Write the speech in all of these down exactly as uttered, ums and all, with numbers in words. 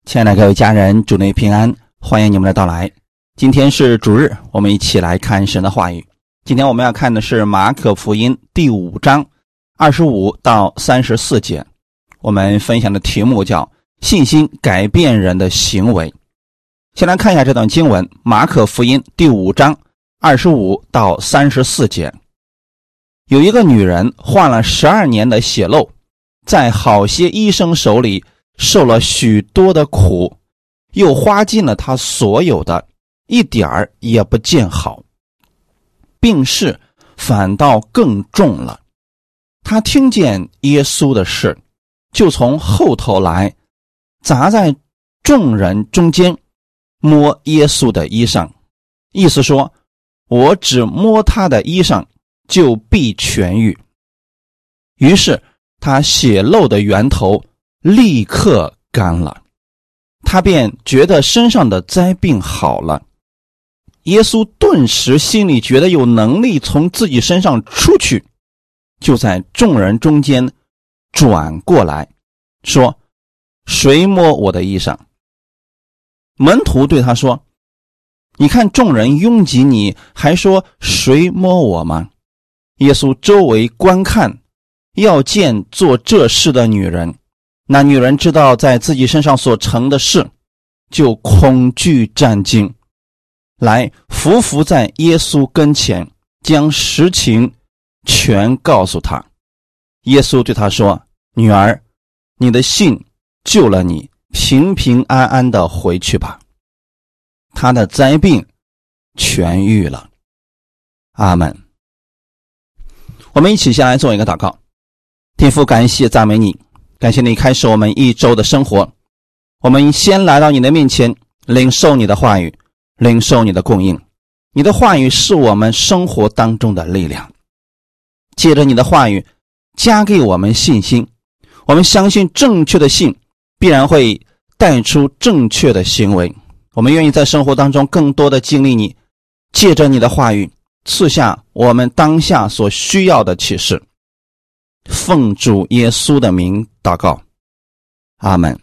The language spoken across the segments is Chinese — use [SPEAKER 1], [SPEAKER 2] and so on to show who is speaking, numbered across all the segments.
[SPEAKER 1] 亲爱的各位家人，主内平安，欢迎你们的到来。今天是主日，我们一起来看神的话语。今天我们要看的是马可福音第五章二十五到三十四节。我们分享的题目叫信心改变人的行为。先来看一下这段经文，马可福音第五章二十五到三十四节。有一个女人患了十二年的血漏，在好些医生手里受了许多的苦，又花尽了他所有的，一点儿也不见好，病势反倒更重了。他听见耶稣的事，就从后头来，砸在众人中间，摸耶稣的衣裳，意思说，我只摸他的衣裳，就必痊愈。于是他血漏的源头立刻干了，他便觉得身上的灾病好了。耶稣顿时心里觉得有能力从自己身上出去，就在众人中间转过来说，谁摸我的衣裳？门徒对他说，你看众人拥挤你，还说谁摸我吗？耶稣周围观看，要见做这事的女人。那女人知道在自己身上所成的事，就恐惧战惊，来伏伏在耶稣跟前，将实情全告诉他。耶稣对他说，女儿，你的信救了你，平平安安的回去吧。他的灾病痊愈了。阿们。我们一起先来做一个祷告。天父，感谢赞美你，感谢你开始我们一周的生活。我们先来到你的面前，领受你的话语，领受你的供应。你的话语是我们生活当中的力量，借着你的话语加给我们信心。我们相信正确的信必然会带出正确的行为。我们愿意在生活当中更多的经历你，借着你的话语赐下我们当下所需要的启示。奉主耶稣的名祷告，阿们。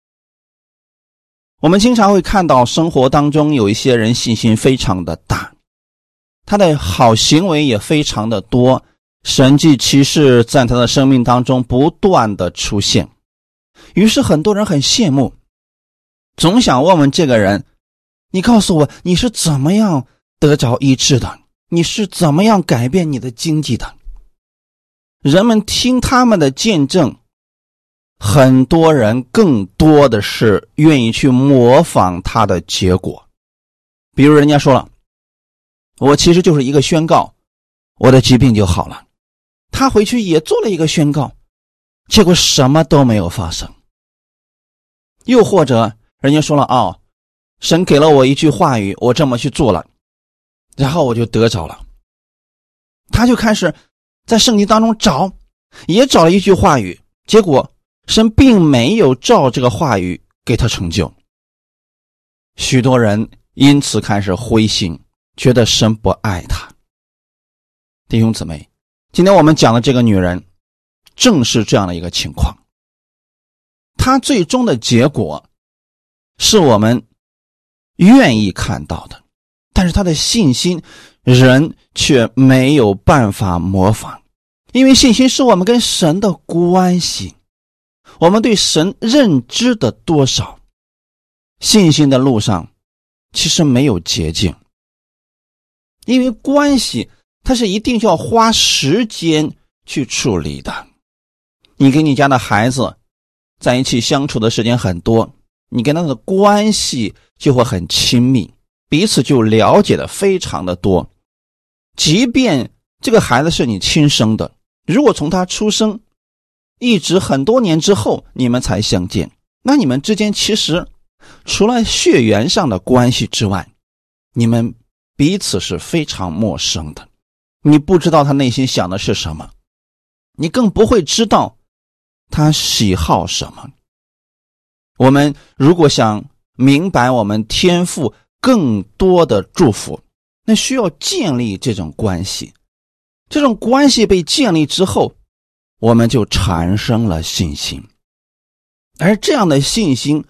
[SPEAKER 1] 我们经常会看到生活当中有一些人信心非常的大，他的好行为也非常的多，神迹奇事在他的生命当中不断的出现。于是很多人很羡慕，总想问问这个人，你告诉我你是怎么样得着医治的，你是怎么样改变你的经济的。人们听他们的见证，很多人更多的是愿意去模仿他的结果。比如人家说了，我其实就是一个宣告，我的疾病就好了。他回去也做了一个宣告，结果什么都没有发生。又或者人家说了，哦，神给了我一句话语，我这么去做了，然后我就得着了。他就开始在圣经当中找，也找了一句话语，结果神并没有照这个话语给他成就。许多人因此开始灰心，觉得神不爱他。弟兄姊妹，今天我们讲的这个女人正是这样的一个情况。她最终的结果是我们愿意看到的，但是她的信心人却没有办法模仿。因为信心是我们跟神的关系，我们对神认知的多少。信心的路上其实没有捷径，因为关系它是一定要花时间去处理的。你跟你家的孩子在一起相处的时间很多，你跟他的关系就会很亲密，彼此就了解的非常的多。即便这个孩子是你亲生的，如果从他出生一直很多年之后你们才相见，那你们之间其实除了血缘上的关系之外，你们彼此是非常陌生的。你不知道他内心想的是什么，你更不会知道他喜好什么。我们如果想明白我们天父更多的祝福，那需要建立这种关系。这种关系被建立之后，我们就产生了信心。而这样的信心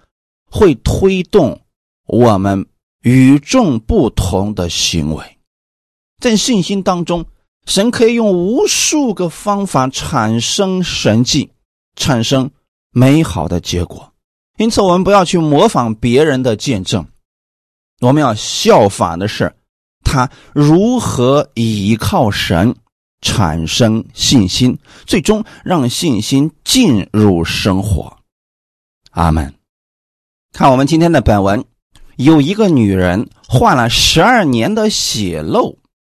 [SPEAKER 1] 会推动我们与众不同的行为。在信心当中，神可以用无数个方法产生神迹，产生美好的结果。因此我们不要去模仿别人的见证，我们要效法的是他如何依靠神产生信心，最终让信心进入生活。阿们。看我们今天的本文，有一个女人患了十二年的血漏。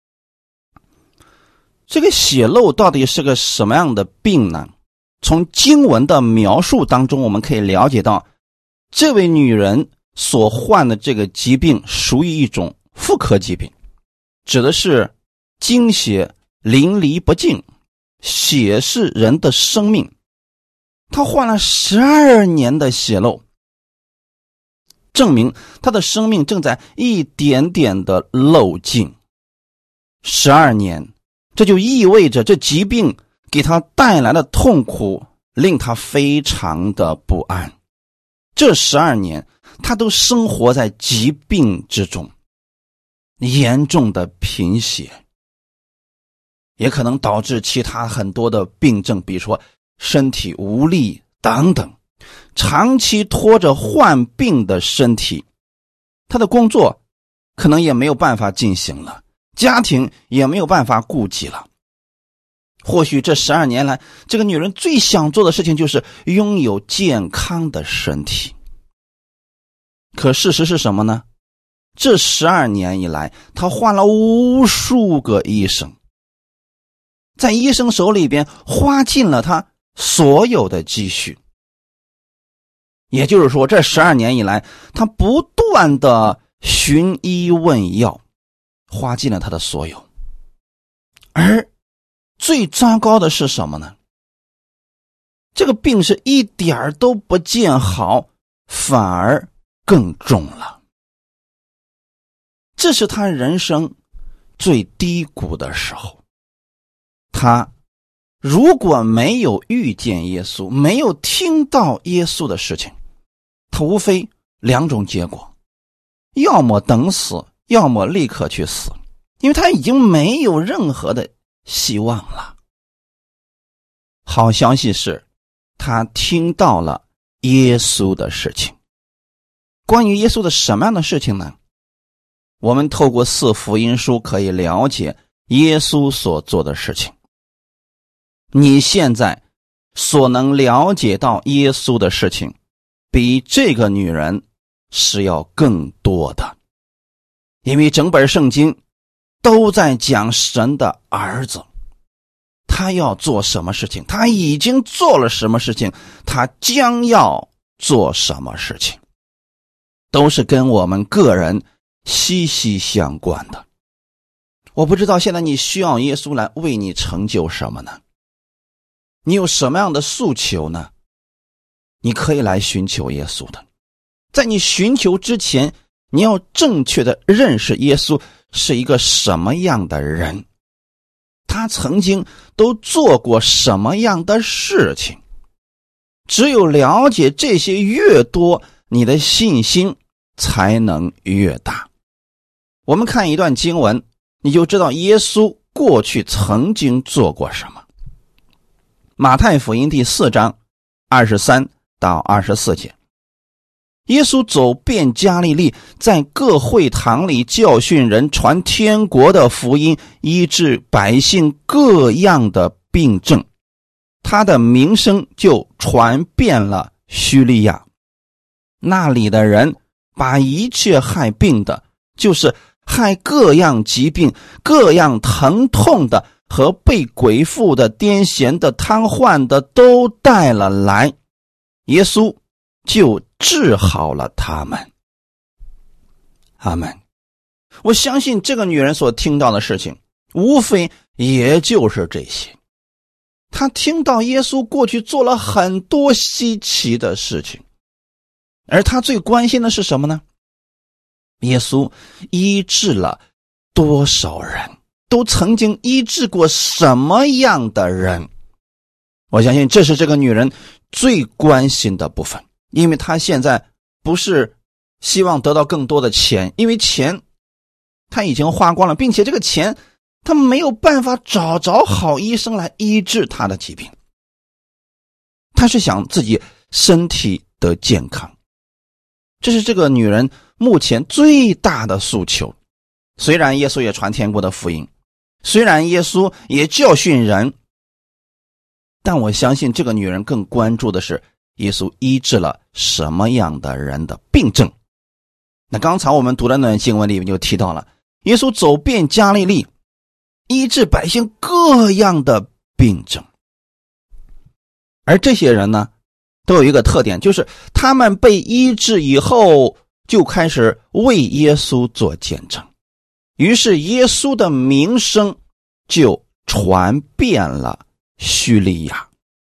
[SPEAKER 1] 这个血漏到底是个什么样的病呢？从经文的描述当中，我们可以了解到，这位女人所患的这个疾病属于一种妇科疾病，指的是经血淋漓不尽，血是人的生命。她患了十二年的血漏，证明她的生命正在一点点的漏尽。十二年，这就意味着这疾病给她带来的痛苦令她非常的不安。这十二年她都生活在疾病之中，严重的贫血也可能导致其他很多的病症，比如说身体无力等等。长期拖着患病的身体，她的工作可能也没有办法进行了，家庭也没有办法顾及了。或许这十二年来，这个女人最想做的事情就是拥有健康的身体。可事实是什么呢？这十二年以来，她换了无数个医生，在医生手里边花尽了她所有的积蓄。也就是说，这十二年以来，她不断的寻医问药，花尽了她的所有。而最糟糕的是什么呢？这个病是一点儿都不见好，反而更重了。这是他人生最低谷的时候。他如果没有遇见耶稣，没有听到耶稣的事情，他无非两种结果，要么等死，要么立刻去死，因为他已经没有任何的希望了。好消息是，他听到了耶稣的事情。关于耶稣的什么样的事情呢？我们透过四福音书可以了解耶稣所做的事情。你现在所能了解到耶稣的事情，比这个女人是要更多的。因为整本圣经都在讲神的儿子，他要做什么事情，他已经做了什么事情，他将要做什么事情，都是跟我们个人息息相关的。我不知道现在你需要耶稣来为你成就什么呢？你有什么样的诉求呢？你可以来寻求耶稣的。在你寻求之前，你要正确的认识耶稣是一个什么样的人，他曾经都做过什么样的事情。只有了解这些越多，你的信心才能越大。我们看一段经文，你就知道耶稣过去曾经做过什么。马太福音第四章二十三到二十四节，耶稣走遍加利利，在各会堂里教训人，传天国的福音，医治百姓各样的病症。他的名声就传遍了叙利亚，那里的人把一切害病的，就是害各样疾病、各样疼痛的和被鬼附的、癫痫的、瘫痪的都带了来，耶稣就治好了他们。阿们。我相信这个女人所听到的事情无非也就是这些。她听到耶稣过去做了很多稀奇的事情，而她最关心的是什么呢？耶稣医治了多少人，都曾经医治过什么样的人。我相信这是这个女人最关心的部分，因为她现在不是希望得到更多的钱，因为钱他已经花光了，并且这个钱他没有办法找着好医生来医治他的疾病。他是想自己身体得健康，这是这个女人目前最大的诉求。虽然耶稣也传天国的福音，虽然耶稣也教训人，但我相信这个女人更关注的是耶稣医治了什么样的人的病症。那刚才我们读的那段经文里面就提到了，耶稣走遍加利利，医治百姓各样的病症。而这些人呢，都有一个特点，就是他们被医治以后就开始为耶稣做见证，于是耶稣的名声就传遍了叙利亚。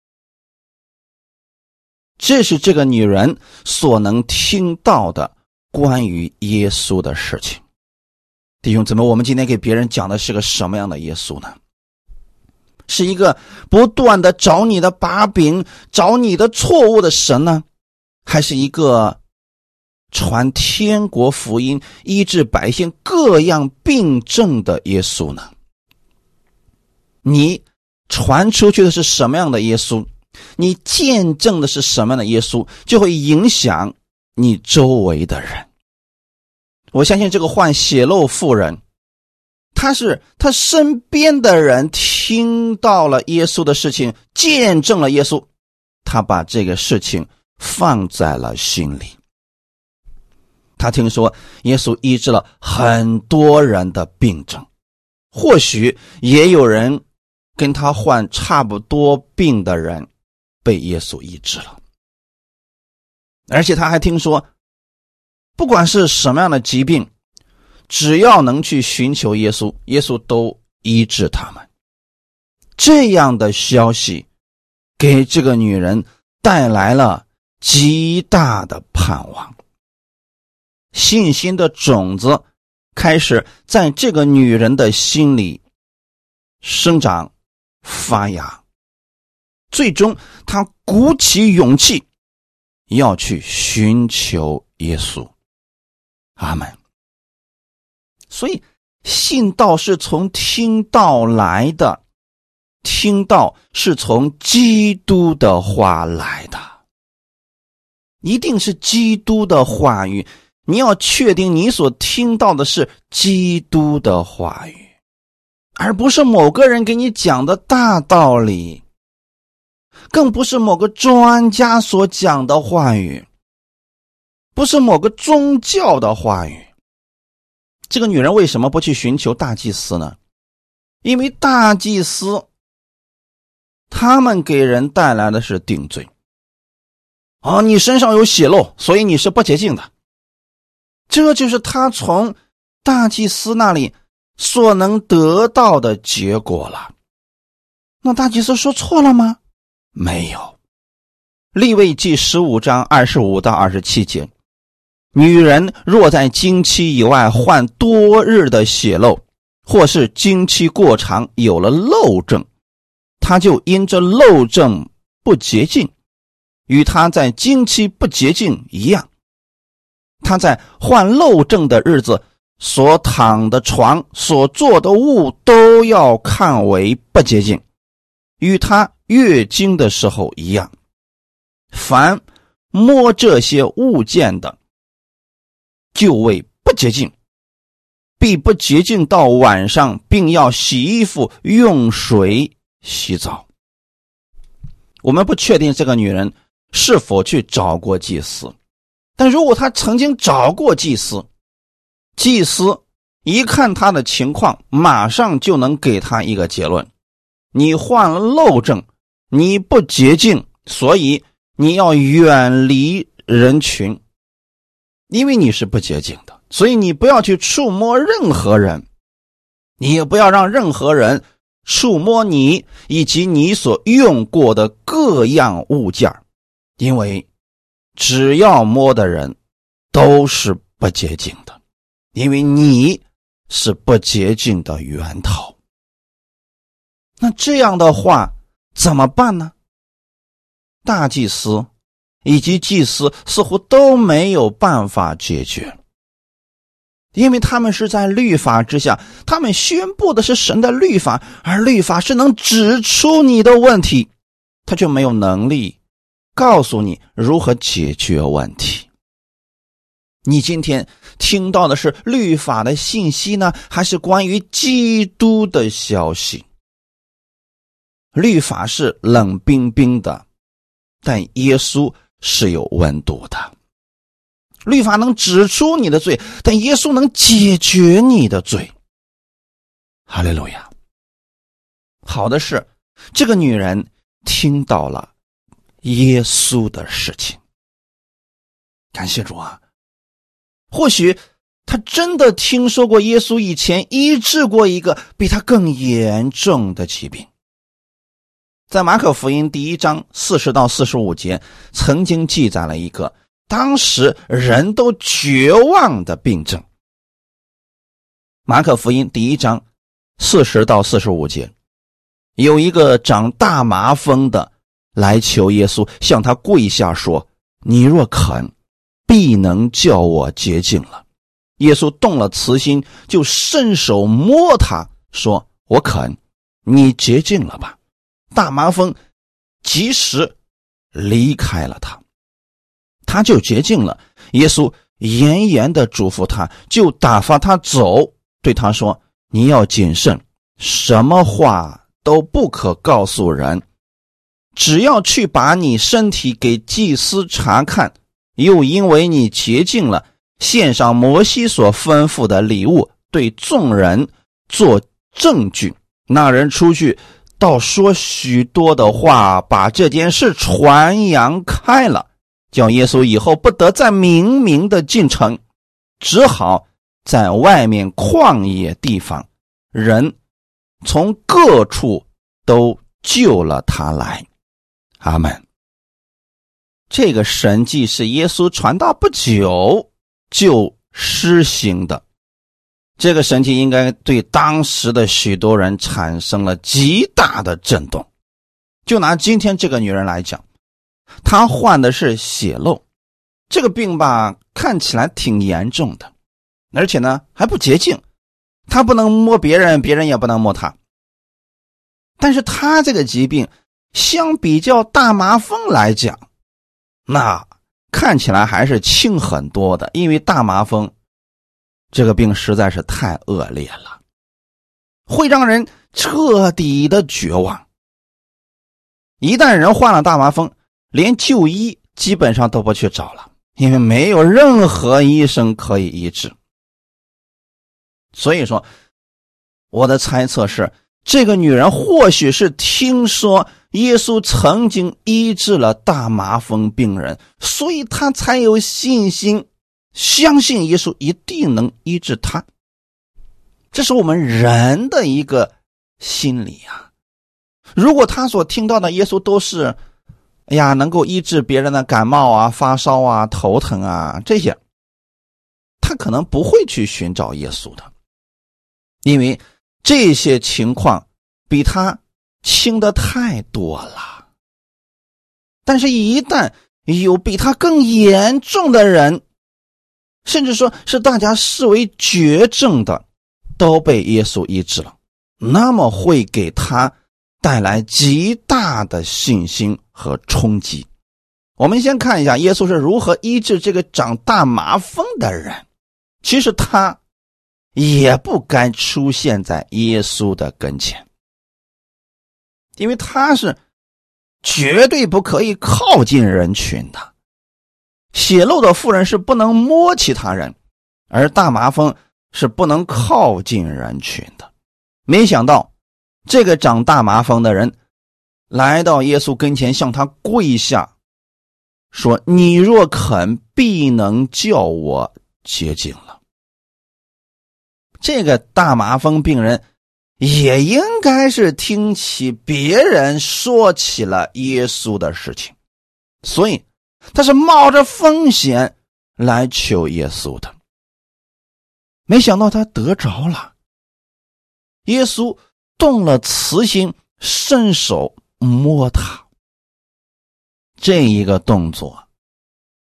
[SPEAKER 1] 这是这个女人所能听到的关于耶稣的事情。弟兄姊妹，我们今天给别人讲的是个什么样的耶稣呢？是一个不断的找你的把柄，找你的错误的神呢？还是一个传天国福音，医治百姓各样病症的耶稣呢？你传出去的是什么样的耶稣，你见证的是什么样的耶稣，就会影响你周围的人。我相信这个患血漏妇人，他是他身边的人听到了耶稣的事情，见证了耶稣，他把这个事情放在了心里。他听说耶稣医治了很多人的病症，或许也有人跟他患差不多病的人被耶稣医治了。而且他还听说，不管是什么样的疾病，只要能去寻求耶稣，耶稣都医治他们。这样的消息给这个女人带来了极大的盼望，信心的种子开始在这个女人的心里生长发芽，最终她鼓起勇气要去寻求耶稣。阿们。所以信道是从听道来的，听道是从基督的话来的，一定是基督的话语。你要确定你所听到的是基督的话语，而不是某个人给你讲的大道理，更不是某个专家所讲的话语，不是某个宗教的话语。这个女人为什么不去寻求大祭司呢？因为大祭司他们给人带来的是定罪。啊，你身上有血漏，所以你是不洁净的。这就是他从大祭司那里所能得到的结果了。那大祭司说错了吗？没有。利未记十五章二十五到二十七节，女人若在经期以外患多日的血漏，或是经期过长有了漏症，她就因这漏症不洁净，与她在经期不洁净一样。她在患漏症的日子所躺的床所做的物都要看为不洁净，与她月经的时候一样。凡摸这些物件的，就为不洁净，必不洁净到晚上，并要洗衣服，用水洗澡。我们不确定这个女人是否去找过祭司，但如果她曾经找过祭司，祭司一看她的情况，马上就能给她一个结论：你患了漏症，你不洁净，所以你要远离人群，因为你是不洁净的，所以你不要去触摸任何人，你也不要让任何人触摸你以及你所用过的各样物件，因为只要摸的人都是不洁净的，因为你是不洁净的源头。那这样的话怎么办呢？大祭司以及祭司似乎都没有办法解决，因为他们是在律法之下，他们宣布的是神的律法，而律法是能指出你的问题，他却没有能力告诉你如何解决问题。你今天听到的是律法的信息呢，还是关于基督的消息？律法是冷冰冰的，但耶稣是有温度的。律法能指出你的罪，但耶稣能解决你的罪。哈利路亚！好的是，这个女人听到了耶稣的事情。感谢主啊！或许她真的听说过耶稣以前医治过一个比她更严重的疾病。在马可福音第一章四十到四十五节曾经记载了一个当时人都绝望的病症。马可福音第一章四十到四十五节，有一个长大麻风的来求耶稣，向他跪下说：你若肯，必能叫我洁净了。耶稣动了慈心，就伸手摸他，说：我肯，你洁净了吧。大麻风及时离开了他，他就洁净了。耶稣严严地嘱咐他，就打发他走，对他说：你要谨慎，什么话都不可告诉人，只要去把你身体给祭司查看，又因为你洁净了，献上摩西所吩咐的礼物，对众人做证据。那人出去倒说许多的话，把这件事传扬开了，叫耶稣以后不得再明明的进城，只好在外面旷野地方，人从各处都救了他来。阿们。这个神迹是耶稣传道不久就施行的，这个神迹应该对当时的许多人产生了极大的震动。就拿今天这个女人来讲，她患的是血漏，这个病吧看起来挺严重的，而且呢还不洁净，她不能摸别人，别人也不能摸她。但是她这个疾病相比较大麻风来讲，那看起来还是轻很多的，因为大麻风这个病实在是太恶劣了，会让人彻底的绝望。一旦人患了大麻风，连就医基本上都不去找了，因为没有任何医生可以医治。所以说，我的猜测是，这个女人或许是听说耶稣曾经医治了大麻风病人，所以她才有信心相信耶稣一定能医治他。这是我们人的一个心理啊。如果他所听到的耶稣都是哎呀能够医治别人的感冒啊、发烧啊、头疼啊这些，他可能不会去寻找耶稣的，因为这些情况比他轻的太多了。但是一旦有比他更严重的人，甚至说是大家视为绝症的，都被耶稣医治了，那么会给他带来极大的信心和冲击。我们先看一下耶稣是如何医治这个长大麻风的人。其实他也不该出现在耶稣的跟前，因为他是绝对不可以靠近人群的。血漏的妇人是不能摸其他人，而大麻风是不能靠近人群的。没想到这个长大麻风的人来到耶稣跟前，向他跪下说：你若肯，必能叫我洁净了。这个大麻风病人也应该是听起别人说起了耶稣的事情，所以他是冒着风险来求耶稣的。没想到他得着了，耶稣动了慈心，伸手摸他。这一个动作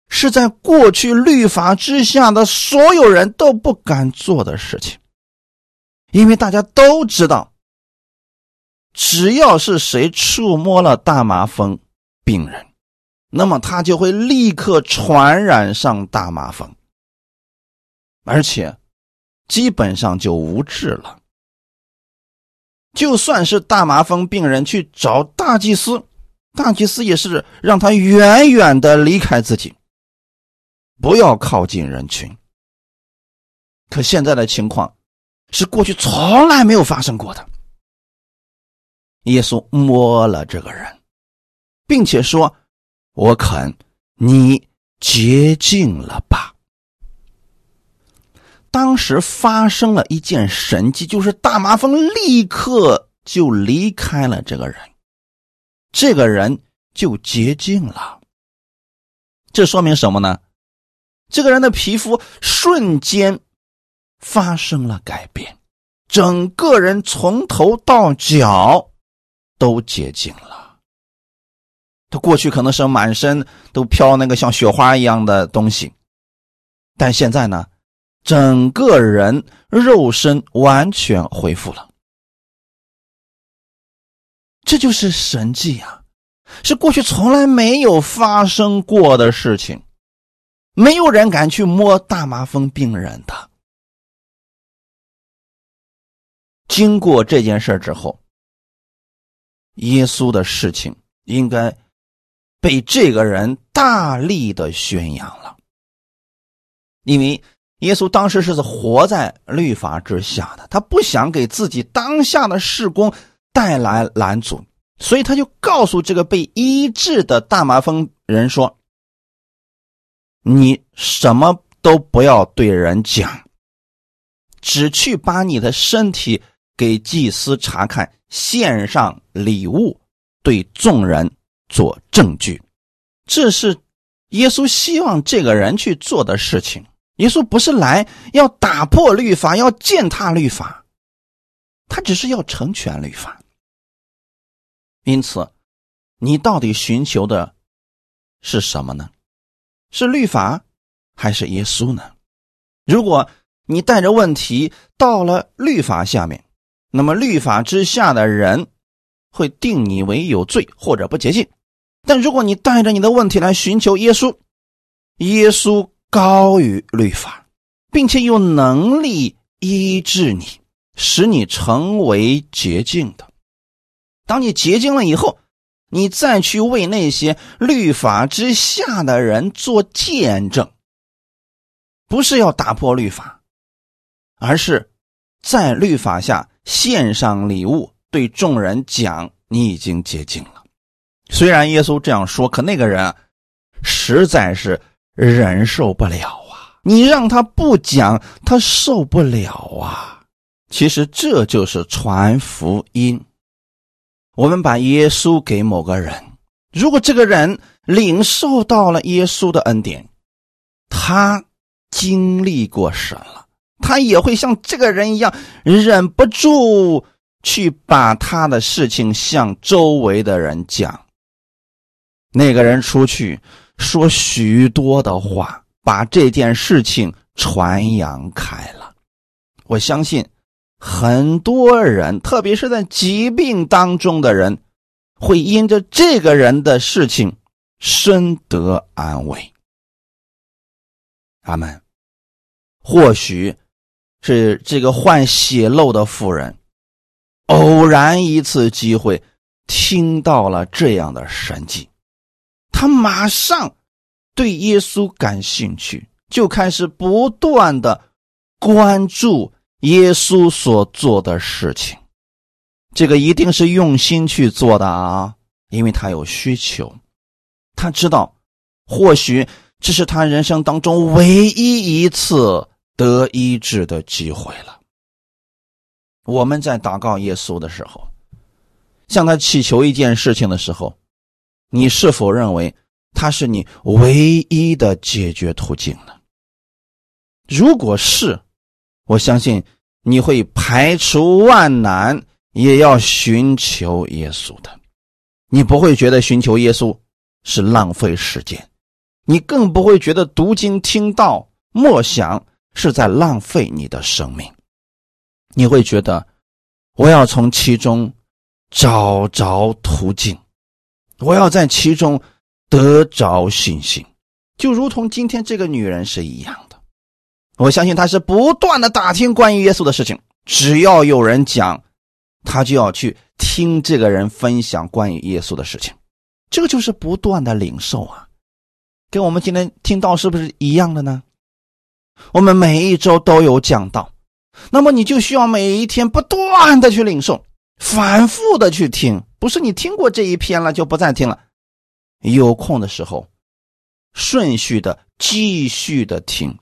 [SPEAKER 1] 是在过去律法之下的所有人都不敢做的事情。因为大家都知道，只要是谁触摸了大麻风病人，那么他就会立刻传染上大麻风，而且基本上就无治了。就算是大麻风病人去找大祭司，大祭司也是让他远远的离开自己，不要靠近人群。可现在的情况是过去从来没有发生过的。耶稣摸了这个人，并且说，我肯，你洁净了吧。当时发生了一件神迹，就是大麻风立刻就离开了这个人，这个人就洁净了。这说明什么呢？这个人的皮肤瞬间发生了改变，整个人从头到脚都洁净了。他过去可能是满身都飘那个像雪花一样的东西，但现在呢，整个人肉身完全恢复了。这就是神迹啊，是过去从来没有发生过的事情，没有人敢去摸大麻风病人的。经过这件事之后，耶稣的事情应该被这个人大力的宣扬了。因为耶稣当时是活在律法之下的，他不想给自己当下的事工带来拦阻，所以他就告诉这个被医治的大麻风人说，你什么都不要对人讲，只去把你的身体给祭司查看，献上礼物，对众人做证据。这是耶稣希望这个人去做的事情。耶稣不是来要打破律法，要践踏律法，他只是要成全律法。因此你到底寻求的是什么呢？是律法还是耶稣呢？如果你带着问题到了律法下面，那么律法之下的人会定你为有罪或者不洁净。但如果你带着你的问题来寻求耶稣，耶稣高于律法，并且有能力医治你，使你成为洁净的。当你洁净了以后，你再去为那些律法之下的人做见证，不是要打破律法，而是在律法下献上礼物，对众人讲你已经洁净了。虽然耶稣这样说，可那个人啊，实在是忍受不了啊，你让他不讲，他受不了啊。其实这就是传福音。我们把耶稣给某个人，如果这个人领受到了耶稣的恩典，他经历过神了，他也会像这个人一样，忍不住去把他的事情向周围的人讲。那个人出去说许多的话，把这件事情传扬开了。我相信很多人，特别是在疾病当中的人，会因着这个人的事情深得安慰。阿们。或许是这个患血漏的妇人偶然一次机会听到了这样的神迹，他马上对耶稣感兴趣，就开始不断的关注耶稣所做的事情。这个一定是用心去做的啊，因为他有需求，他知道或许这是他人生当中唯一一次得医治的机会了。我们在祷告耶稣的时候，向他祈求一件事情的时候，你是否认为它是你唯一的解决途径呢？如果是，我相信你会排除万难也要寻求耶稣的。你不会觉得寻求耶稣是浪费时间， 你更不会觉得读经听道默想是在浪费你的生命。你会觉得我要从其中找着途径，我要在其中得着信心，就如同今天这个女人是一样的。我相信她是不断的打听关于耶稣的事情，只要有人讲，她就要去听这个人分享关于耶稣的事情。这个就是不断的领受啊，跟我们今天听到是不是一样的呢？我们每一周都有讲道，那么你就需要每一天不断的去领受，反复的去听，不是你听过这一篇了就不再听了，有空的时候顺序的继续的听，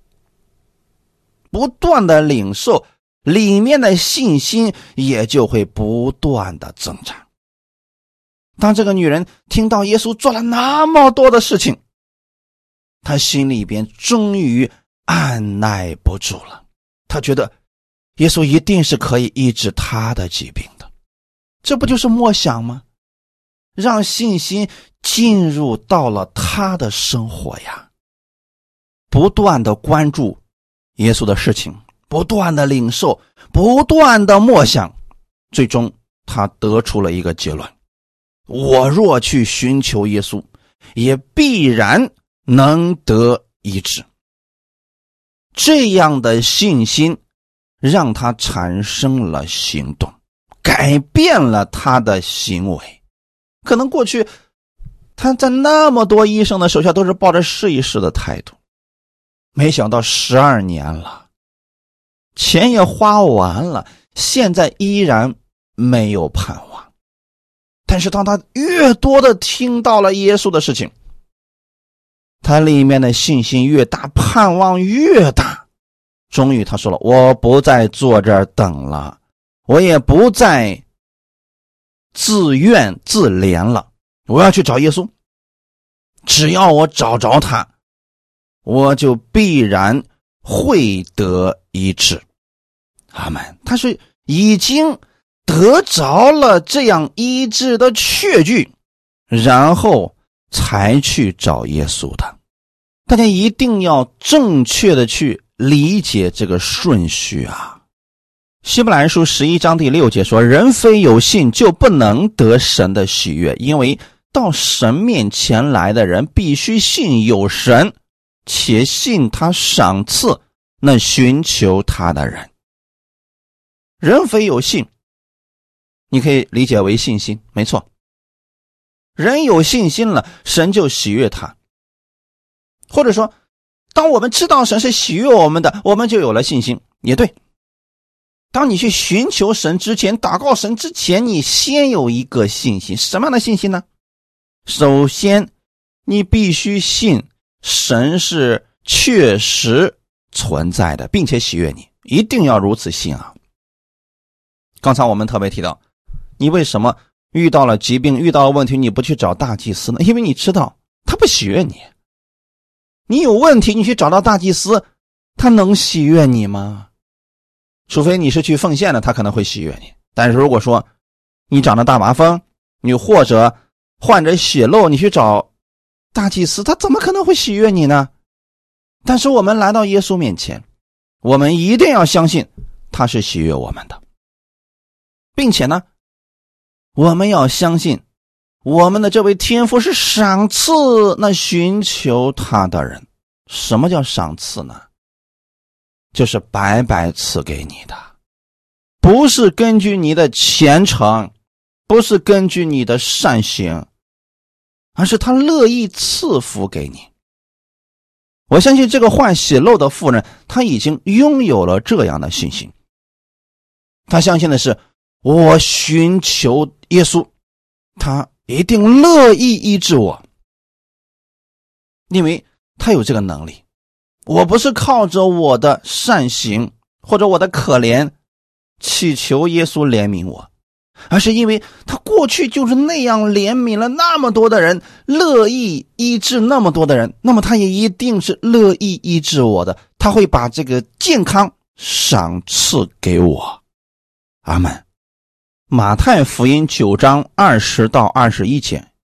[SPEAKER 1] 不断的领受，里面的信心也就会不断的增长。当这个女人听到耶稣做了那么多的事情，她心里边终于按耐不住了，她觉得耶稣一定是可以医治她的疾病的。这不就是默想吗？让信心进入到了她的生活呀，不断的关注耶稣的事情，不断的领受，不断的默想，最终她得出了一个结论：我若去寻求耶稣，也必然能得医治。这样的信心让他产生了行动，改变了他的行为。可能过去他在那么多医生的手下都是抱着试一试的态度，没想到十二年了，钱也花完了，现在依然没有盼望。但是当他越多的听到了耶稣的事情，他里面的信心越大，盼望越大。终于他说了，我不再坐这儿等了，我也不再自怨自怜了，我要去找耶稣。只要我找着他，我就必然会得医治。阿们。他是已经得着了这样医治的确据，然后才去找耶稣的。大家一定要正确的去理解这个顺序啊。希伯来书十一章第六节说，人非有信就不能得神的喜悦，因为到神面前来的人必须信有神，且信他赏赐那寻求他的人。人非有信，你可以理解为信心，没错。人有信心了，神就喜悦他。或者说，当我们知道神是喜悦我们的，我们就有了信心，也对。当你去寻求神之前，祷告神之前，你先有一个信心。什么样的信心呢？首先，你必须信神是确实存在的，并且喜悦你，一定要如此信啊。刚才我们特别提到，你为什么遇到了疾病，遇到了问题，你不去找大祭司呢？因为你知道他不喜悦你。你有问题，你去找到大祭司，他能喜悦你吗？除非你是去奉献的，他可能会喜悦你。但是如果说你长了大麻风，你或者患者血漏，你去找大祭司，他怎么可能会喜悦你呢？但是我们来到耶稣面前，我们一定要相信他是喜悦我们的，并且呢，我们要相信我们的这位天父是赏赐那寻求他的人。什么叫赏赐呢？就是白白赐给你的，不是根据你的虔诚，不是根据你的善行，而是他乐意赐福给你。我相信这个患血漏的妇人，她已经拥有了这样的信心。她相信的是，我寻求耶稣，他一定乐意医治我，因为他有这个能力。我不是靠着我的善行或者我的可怜祈求耶稣怜悯我，而是因为他过去就是那样怜悯了那么多的人，乐意医治那么多的人，那么他也一定是乐意医治我的，他会把这个健康赏赐给我。阿们。马太福音九章二十到二十一节，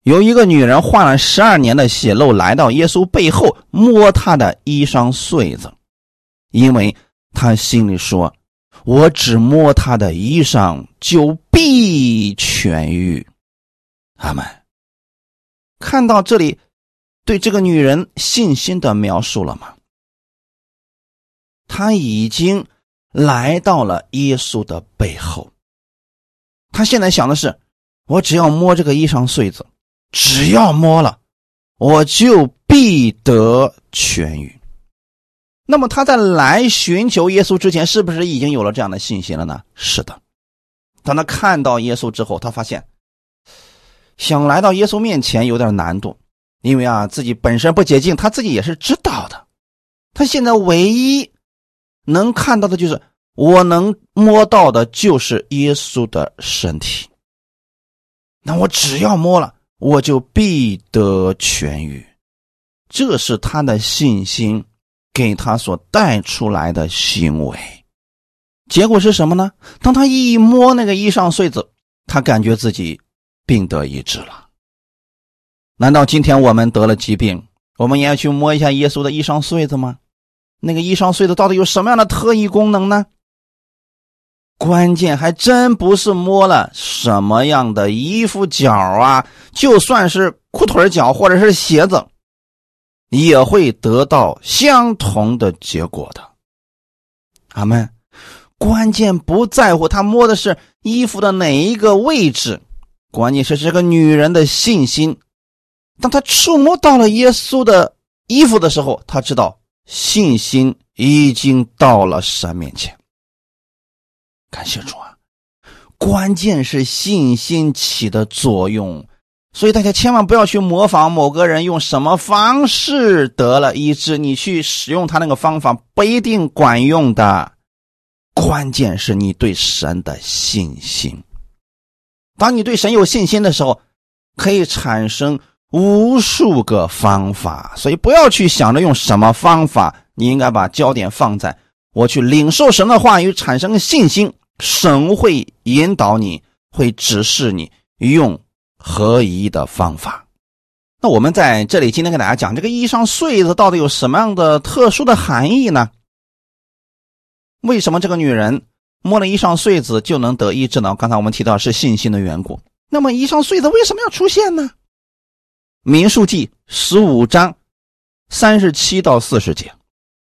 [SPEAKER 1] 有一个女人患了十二年的血漏，来到耶稣背后摸他的衣裳穗子，因为她心里说，我只摸他的衣裳就必痊愈。阿们。看到这里对这个女人信心的描述了吗？她已经来到了耶稣的背后，她现在想的是，我只要摸这个衣裳穗子，只要摸了，我就必得痊愈。那么他在来寻求耶稣之前，是不是已经有了这样的信心了呢？是的。当他看到耶稣之后，他发现想来到耶稣面前有点难度，因为啊自己本身不洁净，他自己也是知道的。他现在唯一能看到的就是，我能摸到的就是耶稣的身体，那我只要摸了，我就必得痊愈。这是他的信心给他所带出来的行为。结果是什么呢？当他一摸那个衣裳穗子，他感觉自己病得医治了。难道今天我们得了疾病，我们也要去摸一下耶稣的衣裳穗子吗？那个衣裳穗子到底有什么样的特异功能呢？关键还真不是摸了什么样的衣服角啊，就算是裤腿角或者是鞋子，也会得到相同的结果的。阿们。关键不在乎他摸的是衣服的哪一个位置，关键是这个女人的信心。当他触摸到了耶稣的衣服的时候，他知道信心已经到了神面前。感谢主啊！关键是信心起的作用，所以大家千万不要去模仿某个人用什么方式得了医治，你去使用他那个方法不一定管用的。关键是你对神的信心。当你对神有信心的时候，可以产生无数个方法，所以不要去想着用什么方法，你应该把焦点放在我去领受神的话语，产生信心，神会引导你，会指示你用合宜的方法。那我们在这里今天给大家讲，这个衣裳穗子到底有什么样的特殊的含义呢？为什么这个女人摸了衣裳穗子就能得医治呢？刚才我们提到是信心的缘故。那么衣裳穗子为什么要出现呢？民数记十五章三十七到四十节，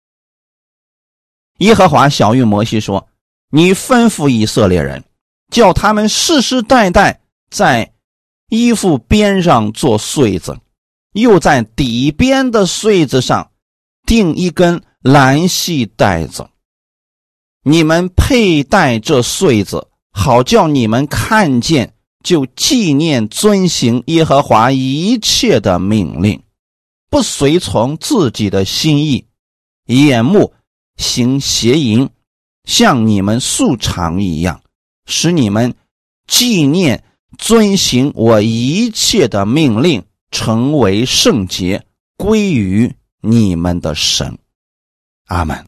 [SPEAKER 1] 耶和华晓谕摩西说，你吩咐以色列人，叫他们世世代代在衣服边上做穗子，又在底边的穗子上钉一根蓝细带子，你们佩戴这穗子，好叫你们看见，就纪念遵行耶和华一切的命令，不随从自己的心意，眼目行邪淫，像你们素常一样，使你们纪念遵行我一切的命令，成为圣洁，归于你们的神。阿们。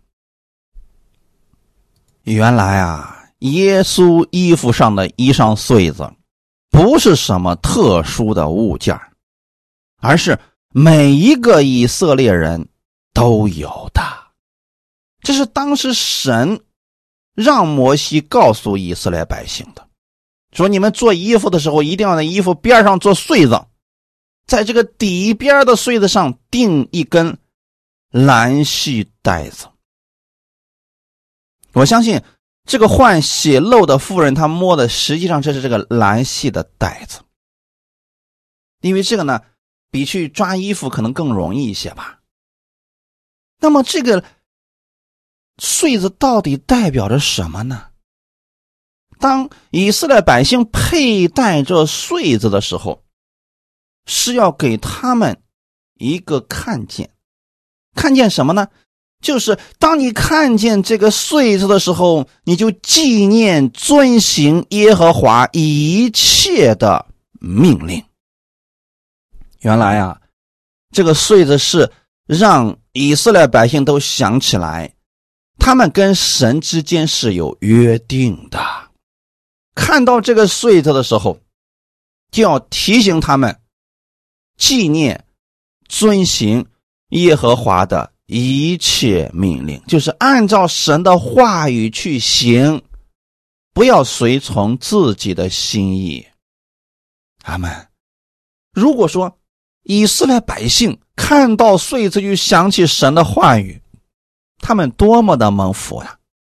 [SPEAKER 1] 原来啊，耶稣衣服上的衣裳穗子不是什么特殊的物件，而是每一个以色列人都有的。这是当时神让摩西告诉以色列百姓的，说你们做衣服的时候一定要在衣服边上做穗子，在这个底边的穗子上钉一根蓝细带子。我相信这个患血漏的妇人，她摸的实际上这是这个蓝细的带子，因为这个呢比去抓衣服可能更容易一些吧。那么这个穗子到底代表着什么呢？当以色列百姓佩戴这穗子的时候，是要给他们一个看见。看见什么呢？就是当你看见这个穗子的时候，你就纪念遵行耶和华一切的命令。原来啊，这个穗子是让以色列百姓都想起来，他们跟神之间是有约定的。看到这个穗子的时候，就要提醒他们纪念、遵行耶和华的一切命令，就是按照神的话语去行，不要随从自己的心意。阿们。如果说以色列百姓看到穗子就想起神的话语，他们多么的蒙福呀！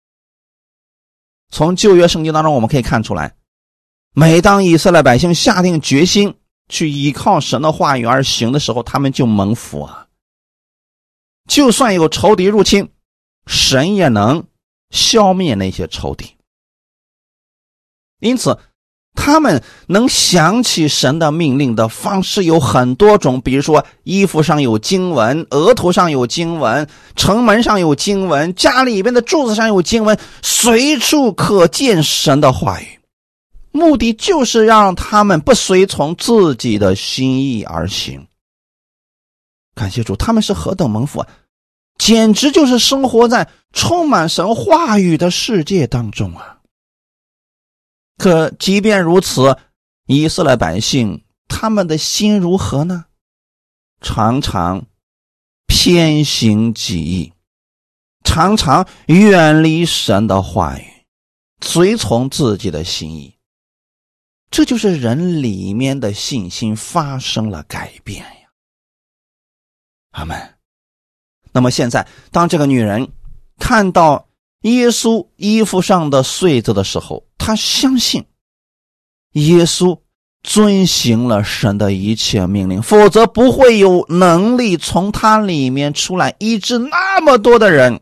[SPEAKER 1] 从旧约圣经当中我们可以看出来，每当以色列百姓下定决心去依靠神的话语而行的时候，他们就蒙福啊。就算有仇敌入侵，神也能消灭那些仇敌。因此他们能想起神的命令的方式有很多种，比如说衣服上有经文，额头上有经文，城门上有经文，家里边的柱子上有经文，随处可见神的话语，目的就是让他们不随从自己的心意而行。感谢主，他们是何等蒙福啊！简直就是生活在充满神话语的世界当中啊！可即便如此，以色列百姓他们的心如何呢？常常偏行己意，常常远离神的话语，随从自己的心意。这就是人里面的信心发生了改变呀。阿们。那么现在当这个女人看到耶稣衣服上的穗子的时候，她相信耶稣遵行了神的一切命令，否则不会有能力从他里面出来医治那么多的人。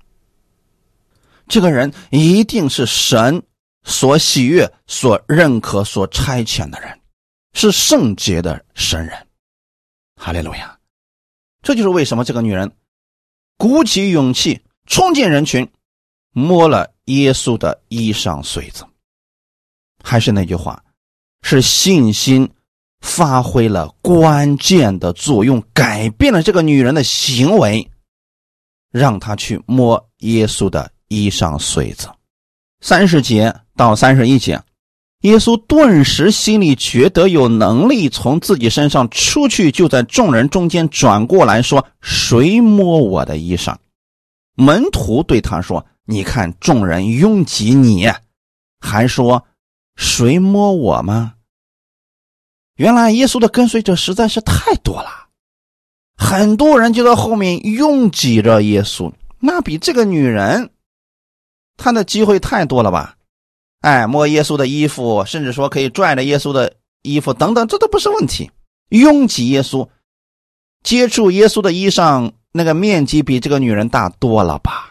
[SPEAKER 1] 这个人一定是神所喜悦、所认可、所差遣的人，是圣洁的神人。哈利路亚！这就是为什么这个女人鼓起勇气冲进人群，摸了耶稣的衣裳穗子。还是那句话，是信心发挥了关键的作用，改变了这个女人的行为，让她去摸耶稣的衣裳穗子。三十节到三十一节，耶稣顿时心里觉得有能力从自己身上出去，就在众人中间转过来说：谁摸我的衣裳？门徒对他说：你看众人拥挤你，还说谁摸我吗？原来耶稣的跟随者实在是太多了，很多人就在后面拥挤着耶稣，那比这个女人她的机会太多了吧？哎，摸耶稣的衣服，甚至说可以拽着耶稣的衣服等等，这都不是问题。拥挤耶稣，接触耶稣的衣裳，那个面积比这个女人大多了吧？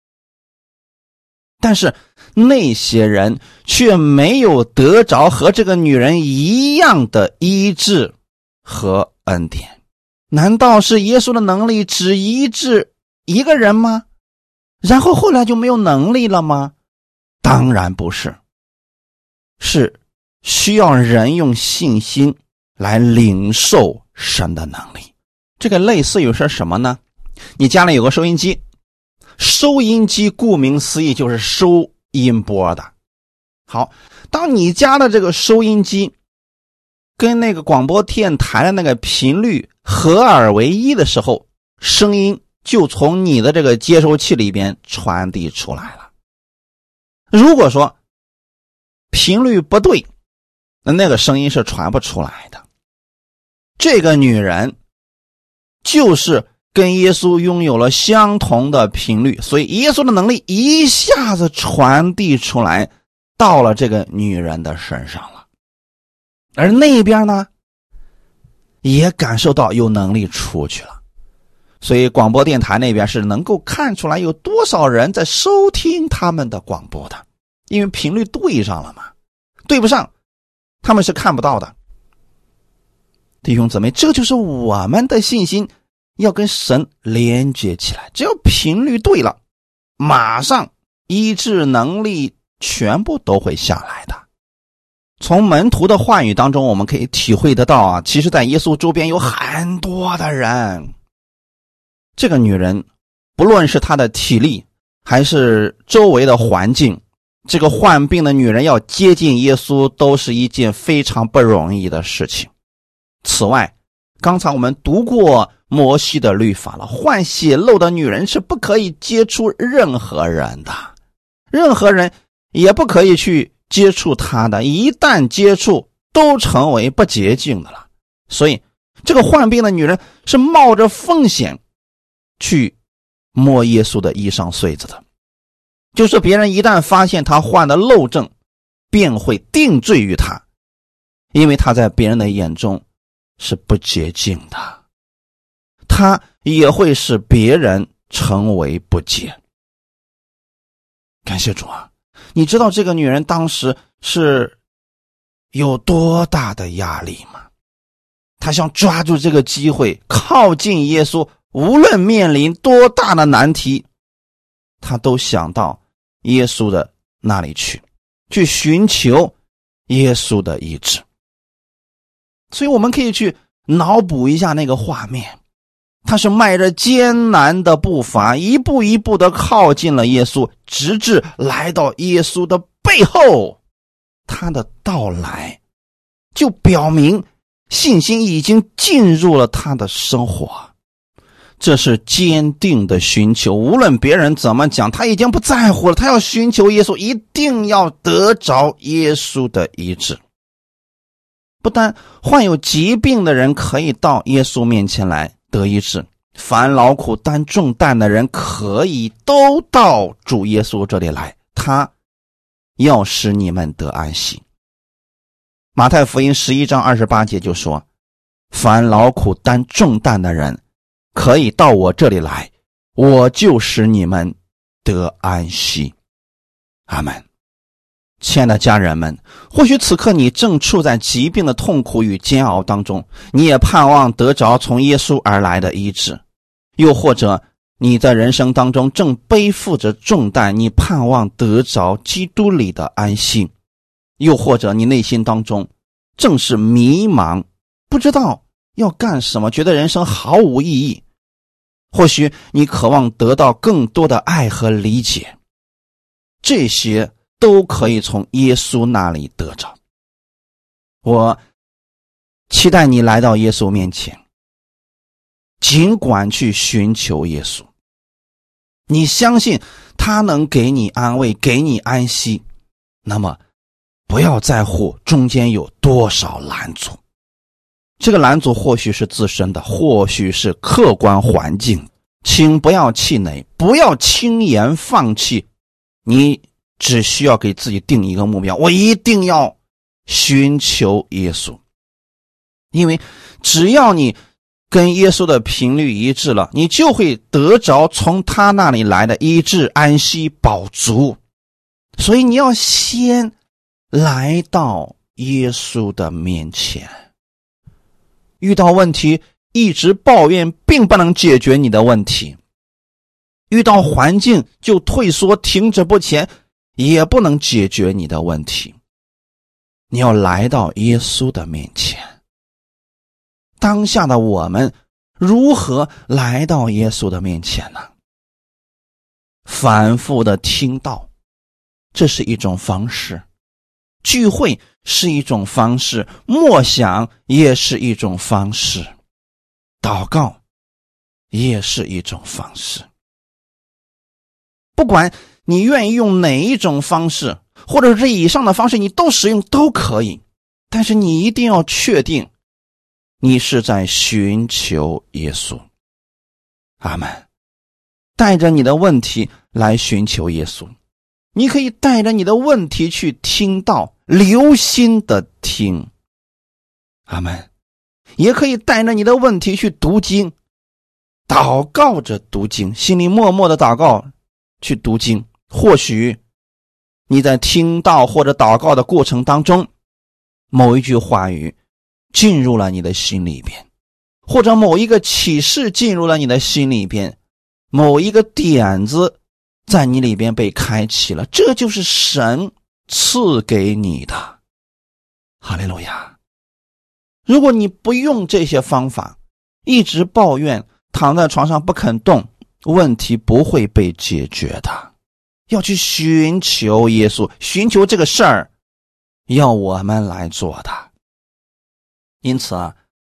[SPEAKER 1] 但是那些人却没有得着和这个女人一样的医治和恩典。难道是耶稣的能力只医治一个人吗？然后后来就没有能力了吗？当然不是，是需要人用信心来领受神的能力。这个类似于是什么呢？你家里有个收音机，收音机顾名思义就是收音波的。好，当你家的这个收音机跟那个广播电台的那个频率合二为一的时候，声音就从你的这个接收器里边传递出来了。如果说频率不对，那那个声音是传不出来的。这个女人就是跟耶稣拥有了相同的频率，所以耶稣的能力一下子传递出来到了这个女人的身上了。而那边呢也感受到有能力出去了，所以广播电台那边是能够看出来有多少人在收听他们的广播的，因为频率对上了嘛，对不上他们是看不到的。弟兄姊妹，这就是我们的信心要跟神连接起来，只要频率对了，马上医治能力全部都会下来的。从门徒的话语当中我们可以体会得到啊，其实在耶稣周边有很多的人。这个女人不论是她的体力还是周围的环境，这个患病的女人要接近耶稣都是一件非常不容易的事情。此外刚才我们读过摩西的律法了，患血漏的女人是不可以接触任何人的，任何人也不可以去接触她的，一旦接触都成为不洁净的了。所以这个患病的女人是冒着风险去摸耶稣的衣裳穗子的，就是别人一旦发现她患的漏症，便会定罪于她，因为她在别人的眼中是不洁净的，她也会使别人成为不洁。感谢主啊！你知道这个女人当时是有多大的压力吗？她想抓住这个机会靠近耶稣，无论面临多大的难题，她都想到耶稣的那里去，去寻求耶稣的医治。所以我们可以去脑补一下那个画面，他是迈着艰难的步伐，一步一步的靠近了耶稣，直至来到耶稣的背后。他的到来就表明信心已经进入了他的生活，这是坚定的寻求，无论别人怎么讲，他已经不在乎了，他要寻求耶稣，一定要得着耶稣的医治。不但患有疾病的人可以到耶稣面前来得医治，凡劳苦担重担的人可以都到主耶稣这里来，他要使你们得安息。马太福音十一章二十八节就说，凡劳苦担重担的人可以到我这里来，我就使你们得安息。阿们。亲爱的家人们，或许此刻你正处在疾病的痛苦与煎熬当中，你也盼望得着从耶稣而来的医治，又或者你在人生当中正背负着重担，你盼望得着基督里的安息，又或者你内心当中正是迷茫，不知道要干什么，觉得人生毫无意义。或许你渴望得到更多的爱和理解，这些都可以从耶稣那里得着。我期待你来到耶稣面前，尽管去寻求耶稣，你相信他能给你安慰，给你安息，那么不要在乎中间有多少拦阻。这个拦阻或许是自身的，或许是客观环境，请不要气馁，不要轻言放弃，你只需要给自己定一个目标，我一定要寻求耶稣。因为只要你跟耶稣的频率一致了，你就会得着从他那里来的医治、安息、饱足。所以你要先来到耶稣的面前。遇到问题一直抱怨并不能解决你的问题，遇到环境就退缩停止不前也不能解决你的问题。你要来到耶稣的面前。当下的我们如何来到耶稣的面前呢？反复的听道，这是一种方式；聚会是一种方式，默想也是一种方式，祷告也是一种方式。不管你愿意用哪一种方式，或者是以上的方式你都使用都可以，但是你一定要确定你是在寻求耶稣。阿们。带着你的问题来寻求耶稣，你可以带着你的问题去听道，留心的听。阿们。也可以带着你的问题去读经，祷告着读经，心里默默的祷告去读经。或许你在听道或者祷告的过程当中，某一句话语进入了你的心里边，或者某一个启示进入了你的心里边，某一个点子在你里边被开启了，这就是神赐给你的。哈利路亚。如果你不用这些方法，一直抱怨，躺在床上不肯动，问题不会被解决的。要去寻求耶稣，寻求这个事儿要我们来做的。因此啊，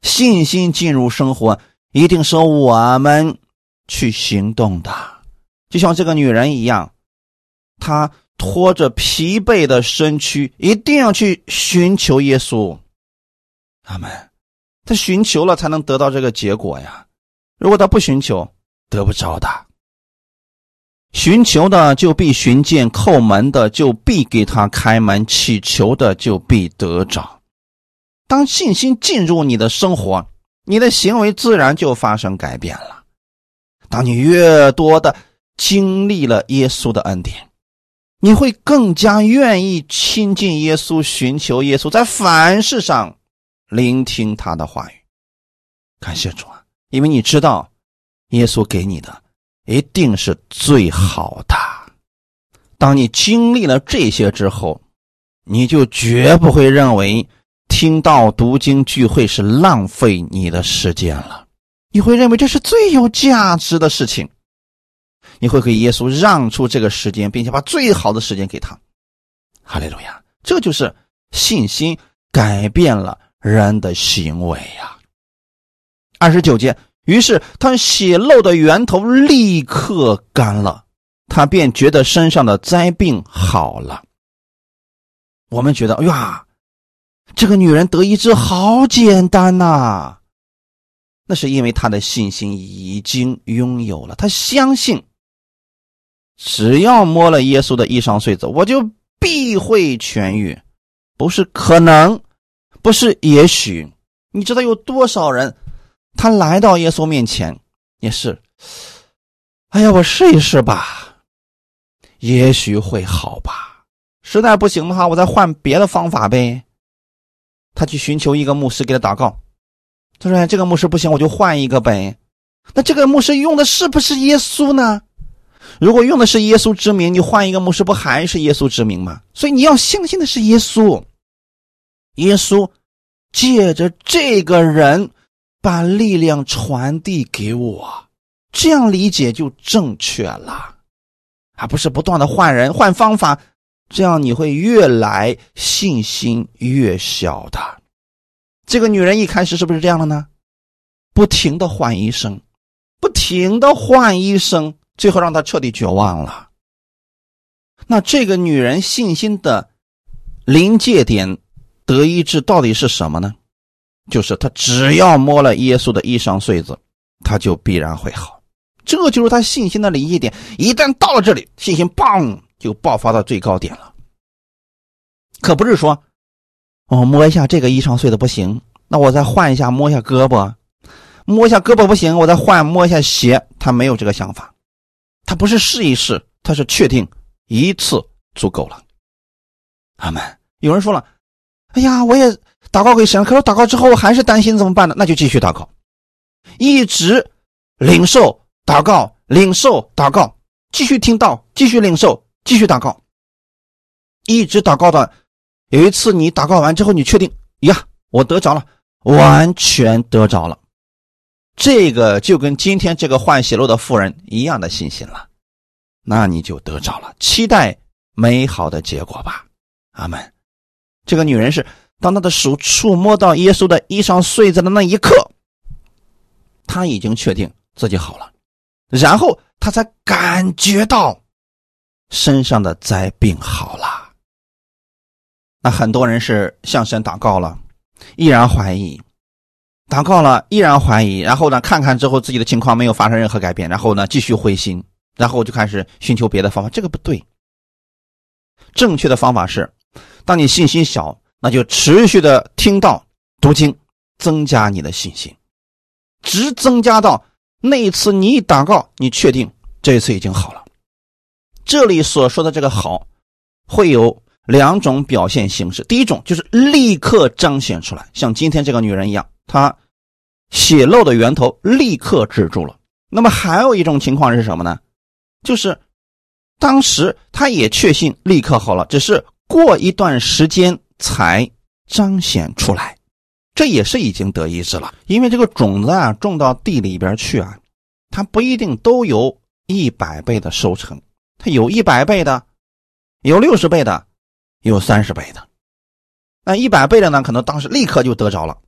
[SPEAKER 1] 信心进入生活，一定是我们去行动的。就像这个女人一样，她拖着疲惫的身躯，一定要去寻求耶稣。阿们。她寻求了才能得到这个结果呀，如果她不寻求，得不着的。寻求的就必寻见，叩门的就必给他开门，祈求的就必得着。当信心进入你的生活，你的行为自然就发生改变了。当你越多的经历了耶稣的恩典，你会更加愿意亲近耶稣，寻求耶稣，在凡事上聆听他的话语。感谢主啊，因为你知道耶稣给你的一定是最好的。当你经历了这些之后，你就绝不会认为听到读经聚会是浪费你的时间了，你会认为这是最有价值的事情。你会给耶稣让出这个时间，并且把最好的时间给他。哈利路亚！这就是信心改变了人的行为呀。二十九节，于是他血漏的源头立刻干了，他便觉得身上的灾病好了。我们觉得，哎呀，这个女人得医治好简单呐、啊！那是因为她的信心已经拥有了，她相信只要摸了耶稣的衣裳穗子，我就必会痊愈。不是可能，不是也许。你知道有多少人他来到耶稣面前也是，哎呀，我试一试吧，也许会好吧，实在不行的话我再换别的方法呗。他去寻求一个牧师给他祷告，他说这个牧师不行，我就换一个呗。那这个牧师用的是不是耶稣呢？如果用的是耶稣之名，你换一个牧师不还是耶稣之名吗？所以你要相信的是耶稣。耶稣借着这个人把力量传递给我，这样理解就正确了，而不是不断的换人换方法，这样你会越来信心越小的。这个女人一开始是不是这样的呢？不停的换医生，不停的换医生，最后让她彻底绝望了。那这个女人信心的临界点得医治到底是什么呢？就是她只要摸了耶稣的衣裳穗子，她就必然会好。这就是她信心的临界点，一旦到了这里，信心棒就爆发到最高点了。可不是说哦，摸一下这个衣裳穗子不行，那我再换一下摸一下胳膊，摸一下胳膊不行，我再换摸一下鞋。他没有这个想法，他不是试一试，他是确定一次足够了。阿们。有人说了，哎呀，我也祷告给神，可是祷告之后我还是担心怎么办呢？那就继续祷告，一直领受祷告，领受祷告，继续听到，继续领受，继续祷告，一直祷告的。有一次你祷告完之后，你确定呀，我得着了，完全得着了。这个就跟今天这个患血漏的妇人一样的信心了，那你就得着了，期待美好的结果吧。阿们。这个女人是当她的手触摸到耶稣的衣裳穗子的那一刻，她已经确定自己好了，然后她才感觉到身上的灾病好了。那很多人是向神祷告了，依然怀疑，祷告了依然怀疑，然后呢看看之后自己的情况没有发生任何改变，然后呢继续灰心，然后就开始寻求别的方法。这个不对，正确的方法是，当你信心小，那就持续的听到读经，增加你的信心，直增加到那一次你一祷告，你确定这一次已经好了。这里所说的这个好会有两种表现形式，第一种就是立刻彰显出来，像今天这个女人一样，她血漏的源头立刻止住了。那么还有一种情况是什么呢？就是当时她也确信立刻好了，只是过一段时间才彰显出来，这也是已经得医治了。因为这个种子啊种到地里边去啊，它不一定都有一百倍的收成，它有一百倍的，有六十倍的，有三十倍的。那一百倍的呢，可能当时立刻就得着了，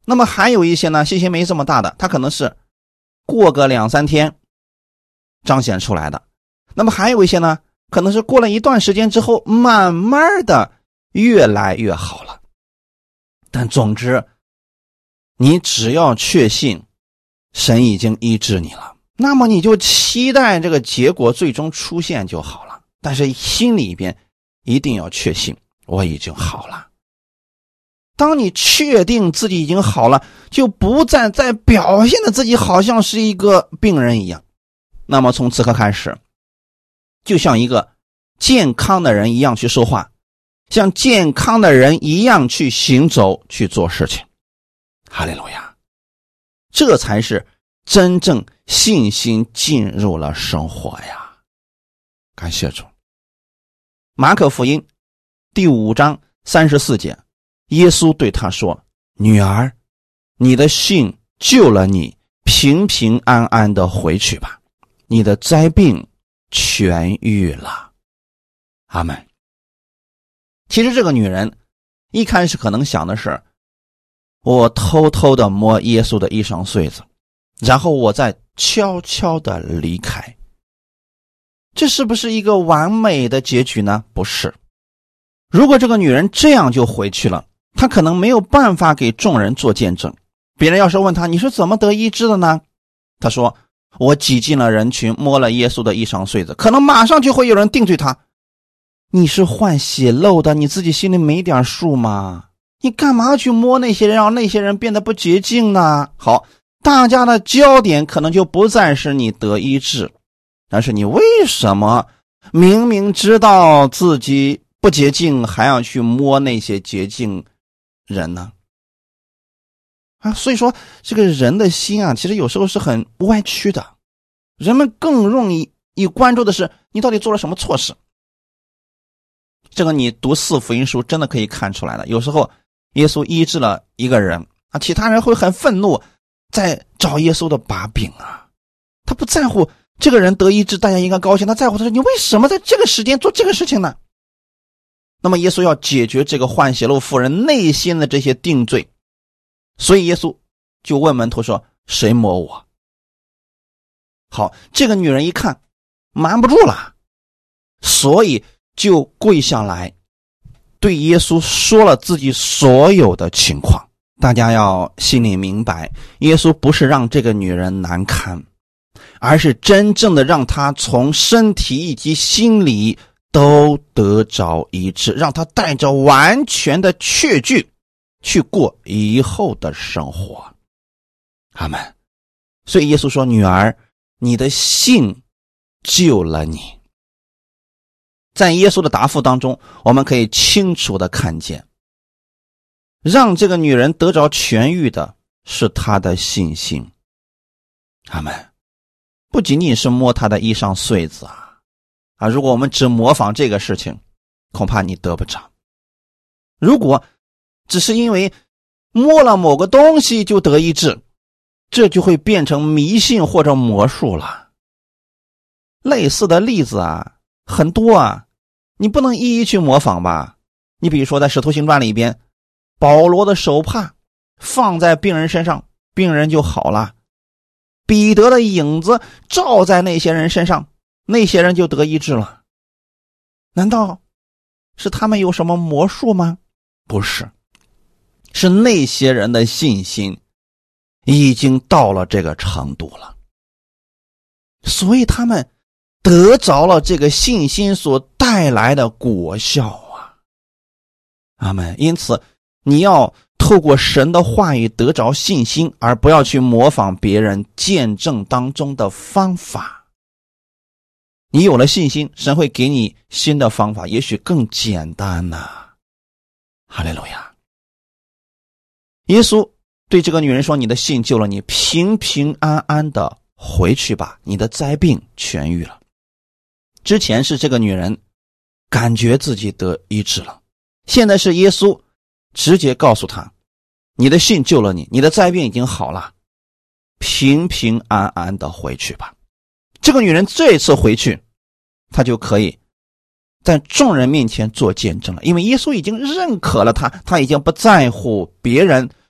[SPEAKER 1] 那么还有一些呢，信心没这么大的，他可能是过个两三天彰显出来的。那么还有一些呢，可能是过了一段时间之后，慢慢的越来越好了。但总之，你只要确信神已经医治你了，那么你就期待这个结果最终出现就好了。但是心里边一定要确信我已经好了。当你确定自己已经好了，就不再再表现的自己好像是一个病人一样。那么从此刻开始，就像一个健康的人一样去说话，像健康的人一样去行走，去做事情。哈利路亚！这才是真正信心进入了生活呀！感谢主。马可福音第五章三十四节，耶稣对他说：女儿，你的信救了你，平平安安的回去吧，你的灾病痊愈了。阿们。其实这个女人一开始可能想的是，我偷偷的摸耶稣的衣裳穗子，然后我再悄悄的离开。这是不是一个完美的结局呢？不是。如果这个女人这样就回去了，她可能没有办法给众人做见证。别人要是问她，你是怎么得医治的呢？她说，我挤进了人群，摸了耶稣的衣裳穗子，可能马上就会有人定罪她。你是换血漏的，你自己心里没点数吗？你干嘛去摸那些人，让那些人变得不洁净呢？好，大家的焦点可能就不再是你得医治，但是你为什么明明知道自己不洁净，还要去摸那些洁净人呢？啊，所以说这个人的心啊，其实有时候是很歪曲的。人们更容易以关注的是你到底做了什么错事。这个你读四福音书真的可以看出来的。有时候耶稣医治了一个人啊，其他人会很愤怒，在找耶稣的把柄啊。他不在乎这个人得医治，大家应该高兴，他在乎的是你为什么在这个时间做这个事情呢？那么耶稣要解决这个换血漏妇人内心的这些定罪，所以耶稣就问门徒说，谁摸我？好，这个女人一看瞒不住了，所以就跪下来对耶稣说了自己所有的情况。大家要心里明白，耶稣不是让这个女人难堪，而是真正的让她从身体以及心理都得着医治，让她带着完全的确据去过以后的生活。阿们。所以耶稣说，女儿，你的信救了你。在耶稣的答复当中，我们可以清楚的看见，让这个女人得着痊愈的是她的信心。阿们。不仅仅是摸她的衣裳穗子啊，啊，如果我们只模仿这个事情，恐怕你得不着。如果只是因为摸了某个东西就得医治，这就会变成迷信或者魔术了。类似的例子啊很多啊，你不能一一去模仿吧。你比如说在使徒行传里边，保罗的手帕放在病人身上，病人就好了。彼得的影子照在那些人身上，那些人就得医治了。难道是他们有什么魔术吗？不是，是那些人的信心已经到了这个程度了，所以他们得着了这个信心所带来的果效啊。阿们。因此你要透过神的话语得着信心，而不要去模仿别人见证当中的方法。你有了信心，神会给你新的方法，也许更简单呐、啊。哈利路亚。耶稣对这个女人说，你的信救了你，平平安安的回去吧，你的灾病痊愈了。之前是这个女人感觉自己得医治了，现在是耶稣直接告诉她，你的信救了你，你的灾病已经好了，平平安安的回去吧。这个女人这一次回去，她就可以在众人面前做见证了，因为耶稣已经认可了她，她已经不在乎别人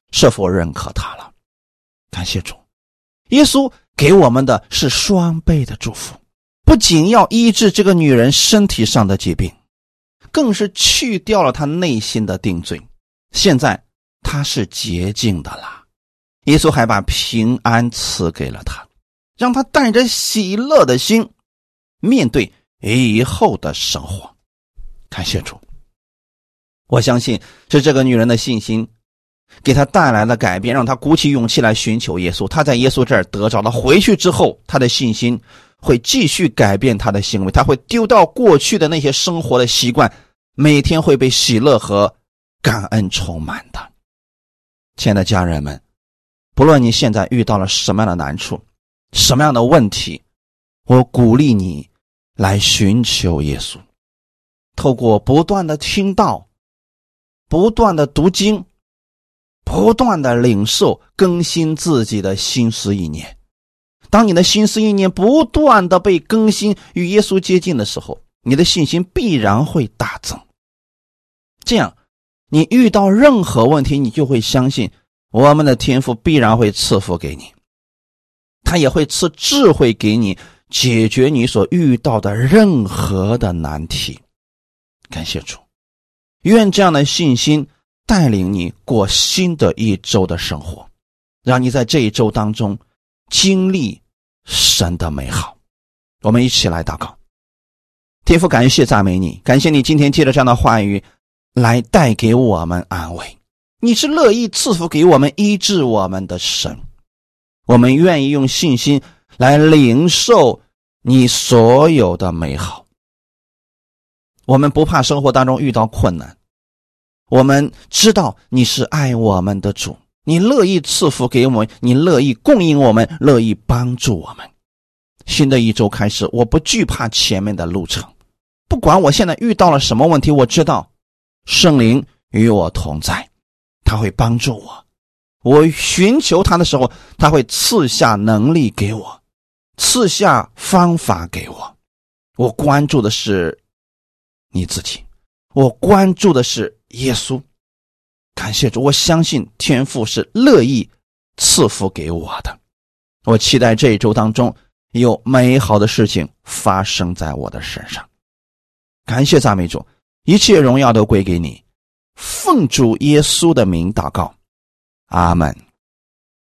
[SPEAKER 1] 是否认可他了。感谢主，耶稣给我们的是双倍的祝福，不仅要医治这个女人身体上的疾病，更是去掉了她内心的定罪。现在她是洁净的了，耶稣还把平安赐给了她，让她带着喜乐的心面对以后的生活。感谢主，我相信是这个女人的信心给她带来了改变，让她鼓起勇气来寻求耶稣。她在耶稣这儿得着了，回去之后她的信心会继续改变她的行为，她会丢掉过去的那些生活的习惯，每天会被喜乐和感恩充满的。亲爱的家人们，不论你现在遇到了什么样的难处，什么样的问题，我鼓励你来寻求耶稣，透过不断的听道，不断的读经，不断的领受，更新自己的心思意念。当你的心思意念不断的被更新，与耶稣接近的时候，你的信心必然会大增。这样你遇到任何问题，你就会相信我们的天父必然会赐福给你，他也会赐智慧给你，解决你所遇到的任何的难题。感谢主，愿这样的信心带领你过新的一周的生活，让你在这一周当中经历神的美好。我们一起来祷告。天父，感谢赞美你，感谢你今天借着这样的话语来带给我们安慰，你是乐意赐福给我们医治我们的神。我们愿意用信心来领受你所有的美好。我们不怕生活当中遇到困难，我们知道你是爱我们的主，你乐意赐福给我们，你乐意供应我们，乐意帮助我们。新的一周开始，我不惧怕前面的路程，不管我现在遇到了什么问题，我知道圣灵与我同在，他会帮助我，我寻求他的时候，他会赐下能力给我，赐下方法给我。我关注的是你自己，我关注的是耶稣。感谢主，我相信天父是乐意赐福给我的。我期待这一周当中有美好的事情发生在我的身上。感谢赞美主，一切荣耀都归给你，奉主耶稣的名祷告，阿们。